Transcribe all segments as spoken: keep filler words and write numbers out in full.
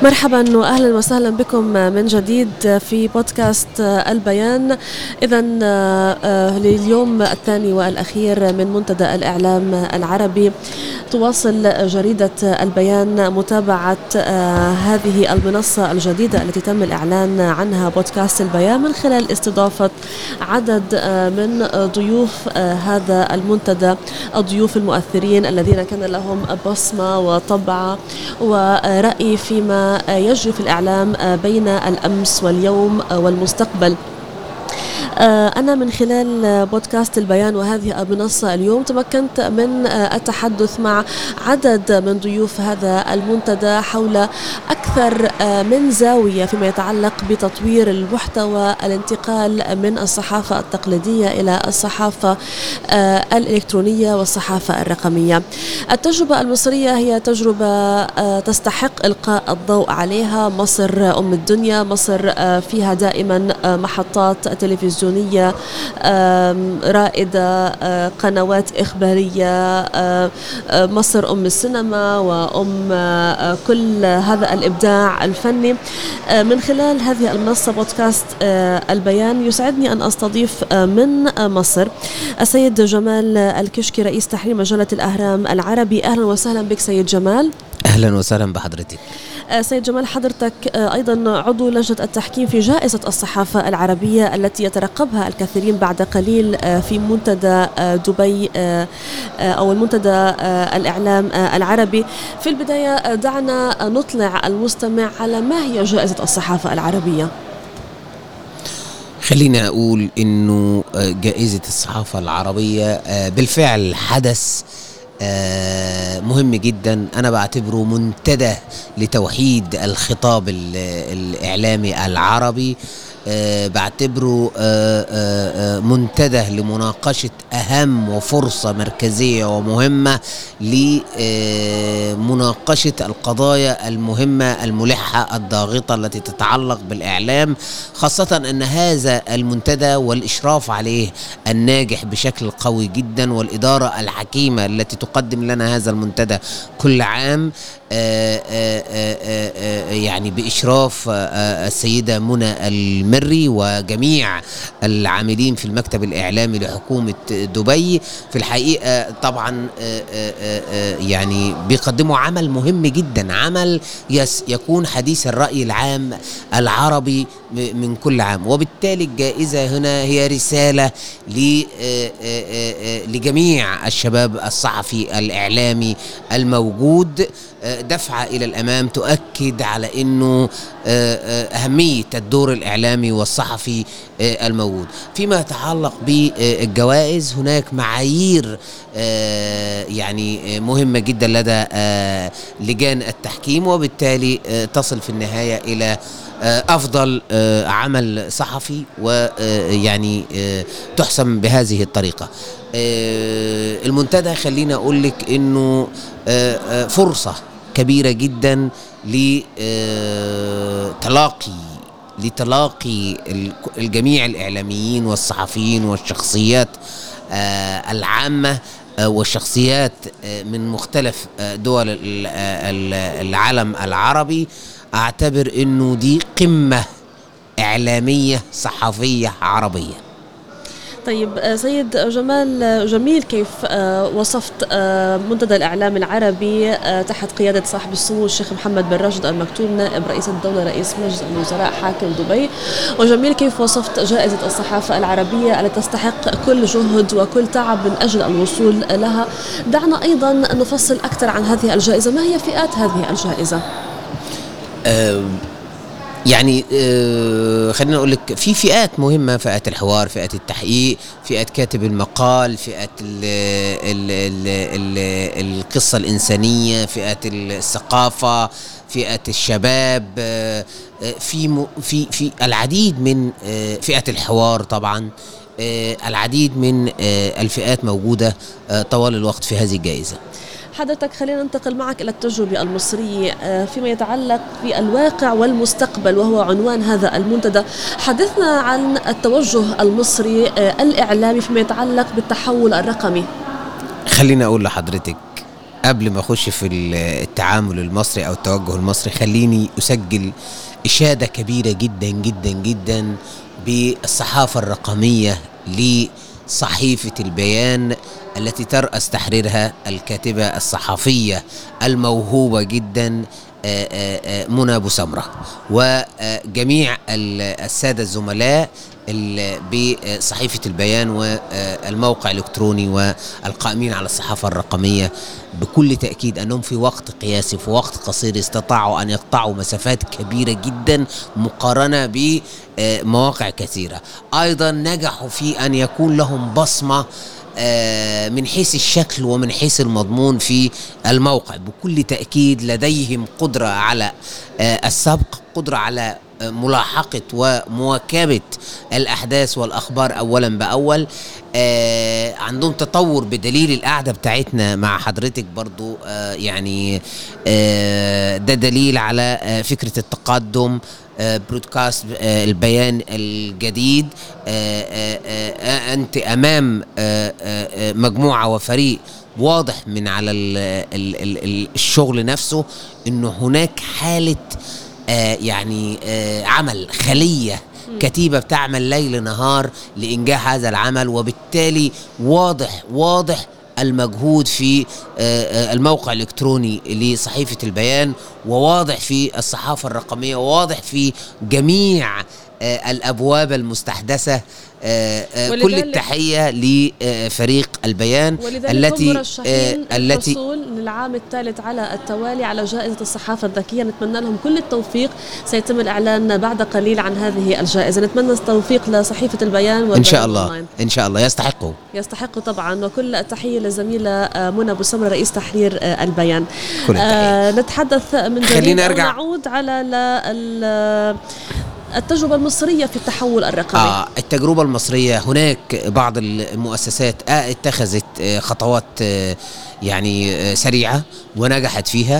مرحبا وأهلا وسهلا بكم من جديد في بودكاست البيان. إذن لليوم الثاني والأخير من منتدى الإعلام العربي، تواصل جريدة البيان متابعة هذه المنصة الجديدة التي تم الإعلان عنها بودكاست البيان من خلال استضافة عدد من ضيوف هذا المنتدى، الضيوف المؤثرين الذين كان لهم بصمة وطبع ورأي فيما يجري في الإعلام بين الأمس واليوم والمستقبل. أنا من خلال بودكاست البيان وهذه المنصة اليوم تمكنت من التحدث مع عدد من ضيوف هذا المنتدى حول أكثر من زاوية فيما يتعلق بتطوير المحتوى، الانتقال من الصحافة التقليدية إلى الصحافة الإلكترونية والصحافة الرقمية. التجربة المصرية هي تجربة تستحق إلقاء الضوء عليها. مصر أم الدنيا، مصر فيها دائما محطات تلفزيونية رائدة، قنوات إخبارية، مصر أم السينما وأم كل هذا الإبداع الفني. من خلال هذه المنصة بودكاست البيان يسعدني أن أستضيف من مصر السيد جمال الكشكي، رئيس تحرير مجلة الأهرام العربي. أهلا وسهلا بك سيد جمال. أهلا وسهلا بحضرتك. سيد جمال، حضرتك أيضا عضو لجنة التحكيم في جائزة الصحافة العربية التي يترقبها الكثيرين بعد قليل في منتدى دبي أو المنتدى الإعلام العربي. في البداية دعنا نطلع المستمع على ما هي جائزة الصحافة العربية. خلينا أقول إنه جائزة الصحافة العربية بالفعل حدث مهم جدا. أنا بعتبره منتدى لتوحيد الخطاب الإعلامي العربي، بعتبره منتدى لمناقشة أهم وفرصة مركزية ومهمة لمناقشة القضايا المهمة الملحة الضاغطة التي تتعلق بالإعلام، خاصة أن هذا المنتدى والإشراف عليه الناجح بشكل قوي جدا، والإدارة الحكيمة التي تقدم لنا هذا المنتدى كل عام آآ آآ يعني بإشراف السيدة منى المري وجميع العاملين في المكتب الإعلامي لحكومة دبي. في الحقيقة طبعا يعني بيقدموا عمل مهم جدا، عمل يكون حديث الرأي العام العربي من كل عام، وبالتالي الجائزة هنا هي رسالة لجميع الشباب الصحفي الإعلامي الموجود، دفعة إلى الأمام تؤكد على أنه أهمية الدور الإعلامي والصحفي الموجود. فيما يتعلق بالجوائز هناك معايير يعني مهمة جدا لدى لجان التحكيم، وبالتالي تصل في النهاية إلى أفضل عمل صحفي، ويعني تحسم بهذه الطريقة. المنتدى خلينا أقول لك إنه فرصة كبيرة جدا لتلاقي لتلاقي الجميع الإعلاميين والصحفيين والشخصيات العامة والشخصيات من مختلف دول العالم العربي. أعتبر إنه دي قمة إعلامية صحفية عربية. طيب سيد جمال، جميل كيف وصفت منتدى الإعلام العربي تحت قيادة صاحب السمو الشيخ محمد بن راشد المكتوم نائب رئيس الدولة رئيس مجلس الوزراء حاكم دبي، وجميل كيف وصفت جائزة الصحافة العربية التي تستحق كل جهد وكل تعب من أجل الوصول لها. دعنا أيضا نفصل أكثر عن هذه الجائزة. ما هي فئات هذه الجائزة؟ أه يعني آه خلينا نقول لك في فئات مهمة: فئة الحوار، فئة التحقيق، فئة كاتب المقال، فئة ال ال ال ال القصة الإنسانية، فئة الثقافة، فئة الشباب، آه في في في العديد من آه فئة الحوار طبعا، آه العديد من آه الفئات موجودة آه طوال الوقت في هذه الجائزة. حضرتك خلينا ننتقل معك إلى التجربة المصرية فيما يتعلق بالواقع والمستقبل، وهو عنوان هذا المنتدى. حدثنا عن التوجه المصري الإعلامي فيما يتعلق بالتحول الرقمي. خلينا أقول لحضرتك، قبل ما أخش في التعامل المصري أو التوجه المصري، خليني أسجل إشادة كبيرة جدا جدا جدا بالصحافة الرقمية لصحيفة البيان التي ترأس تحريرها الكاتبة الصحفية الموهوبة جدا منى أبو سمرة، وجميع السادة الزملاء بصحيفة البيان والموقع الإلكتروني والقائمين على الصحافة الرقمية. بكل تأكيد أنهم في وقت قياسي، في وقت قصير، استطاعوا أن يقطعوا مسافات كبيرة جدا مقارنة بمواقع كثيرة. أيضا نجحوا في أن يكون لهم بصمة من حيث الشكل ومن حيث المضمون في الموقع. بكل تأكيد لديهم قدرة على السبق، قدرة على ملاحقة ومواكبة الأحداث والأخبار أولا بأول. عندهم تطور بدليل القعدة بتاعتنا مع حضرتك برضو، يعني ده دليل على فكرة التقدم. برودكاست البيان الجديد، أنت أمام مجموعة وفريق واضح من على الشغل نفسه إنه هناك حالة يعني عمل، خلية كتيبة بتعمل ليل نهار لإنجاح هذا العمل. وبالتالي واضح واضح المجهود في الموقع الإلكتروني لصحيفة البيان، وواضح في الصحافة الرقمية، وواضح في جميع الأبواب المستحدثة. كل التحية لفريق البيان التي مرشحين التي الحصول للعام الثالث على التوالي على جائزة الصحافة الذكية. نتمنى لهم كل التوفيق، سيتم الإعلان بعد قليل عن هذه الجائزة. نتمنى التوفيق لصحيفة البيان إن شاء الله أونلاين. إن شاء الله يستحقوا يستحقوا طبعا. وكل التحية للزميلة منى أبو سمرة رئيس تحرير البيان. كل آه نتحدث من جديد، خلينا أرجع نعود على ل التجربة المصرية في التحول الرقمي. آه التجربة المصرية، هناك بعض المؤسسات آه اتخذت آه خطوات آه يعني آه سريعة ونجحت فيها،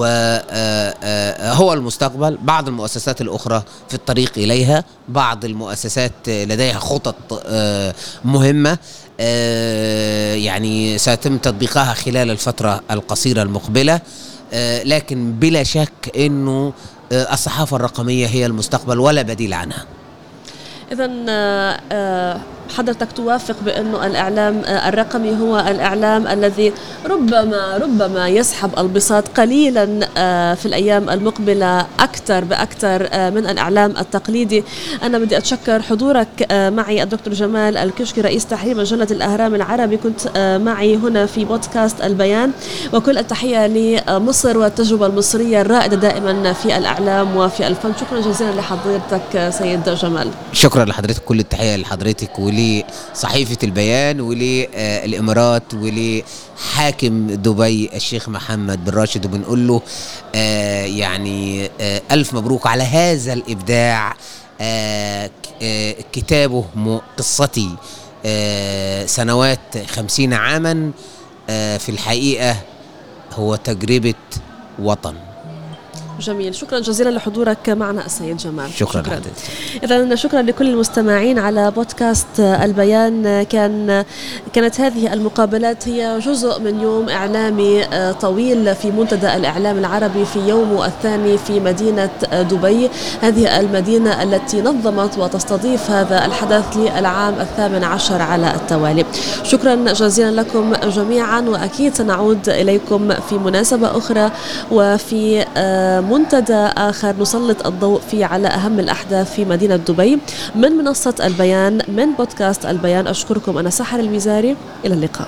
وهو المستقبل. بعض المؤسسات الأخرى في الطريق إليها، بعض المؤسسات لديها خطط آه مهمة آه يعني سيتم تطبيقها خلال الفترة القصيرة المقبلة. آه لكن بلا شك أنه الصحافة الرقمية هي المستقبل ولا بديل عنها. إذن حضرتك توافق بأنه الإعلام الرقمي هو الإعلام الذي ربما ربما يسحب البساط قليلا في الأيام المقبلة أكثر بأكثر من الإعلام التقليدي. أنا بدي أتشكر حضورك معي الدكتور جمال الكشكي رئيس تحرير مجلة الأهرام العربي، كنت معي هنا في بودكاست البيان. وكل التحية لمصر والتجربة المصرية الرائدة دائما في الإعلام وفي الفن. شكرا جزيلا لحضرتك سيد جمال. شكرا لحضرتك، كل التحية لحضرتك ولصحيفة البيان وللإمارات ولحاكم دبي الشيخ محمد بن راشد، وبنقول له آه يعني آه ألف مبروك على هذا الإبداع. آه آه كتابه قصتي آه سنوات خمسين عاما آه في الحقيقة هو تجربة وطن. جميل، شكرا جزيلا لحضورك معنا السيد جمال. شكرا, شكرا. إذن شكرا لكل المستمعين على بودكاست البيان. كان كانت هذه المقابلات هي جزء من يوم إعلامي طويل في منتدى الإعلام العربي في يومه الثاني في مدينة دبي، هذه المدينة التي نظمت وتستضيف هذا الحدث للعام الثامن عشر على التوالي. شكرا جزيلا لكم جميعا، وأكيد سنعود إليكم في مناسبة أخرى وفي منتدى آخر نسلط الضوء فيه على أهم الأحداث في مدينة دبي. من منصة البيان، من بودكاست البيان، أشكركم. أنا سحر المزاري، إلى اللقاء.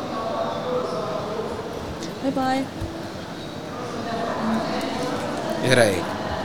باي باي. إيه رأيك؟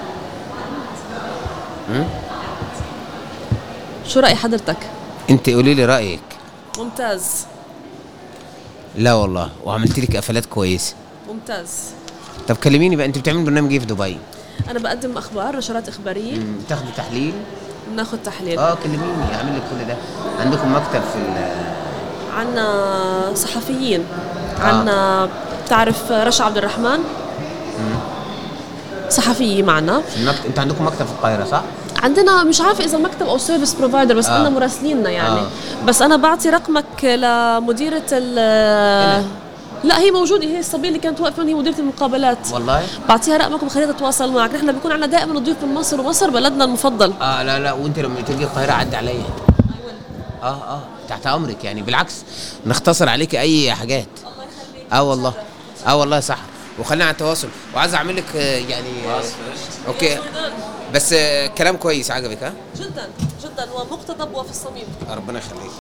شو رأي حضرتك؟ أنت قولي لي رأيك. ممتاز. لا والله، وعملت لك قفلات كويسة. ممتاز. طب كلميني بقى، انت بتعمل برنامج ايه في دبي؟ انا بقدم اخبار، نشرات اخباريه. بتاخدي تحليل؟ بناخد تحليل. اه كلميني اعمل لك كل ده. عندكم مكتب في عندنا صحفيين. آه. عندنا تعرف رشا عبد الرحمن؟ مم. صحفية معنا في المكتب. انت عندكم مكتب في القاهرة صح؟ عندنا مش عارفه اذا مكتب او سيرفيس بروفايدر، بس آه. عندنا مراسليننا يعني. آه. بس انا بعطي رقمك لمديرة ال لا هي موجوده، هي الصبيه اللي كانت واقفه هي مديره المقابلات. والله بعطيها رقمكم خليها تتواصل معك. نحن بيكون عندنا دائما ضيوف من مصر، ومصر بلدنا المفضل. اه لا لا، وانت لما تيجي القاهره عدي عليا. اه اه تحت امرك يعني، بالعكس نختصر عليك اي حاجات. الله يخليك. اه والله اه والله صح. وخلينا على التواصل، وعايز اعمل لك آه، يعني اوكي بس آه، كلام كويس عجبك؟ ها جدا جدا ومقتضب وفي الصميم. ربنا يخليك.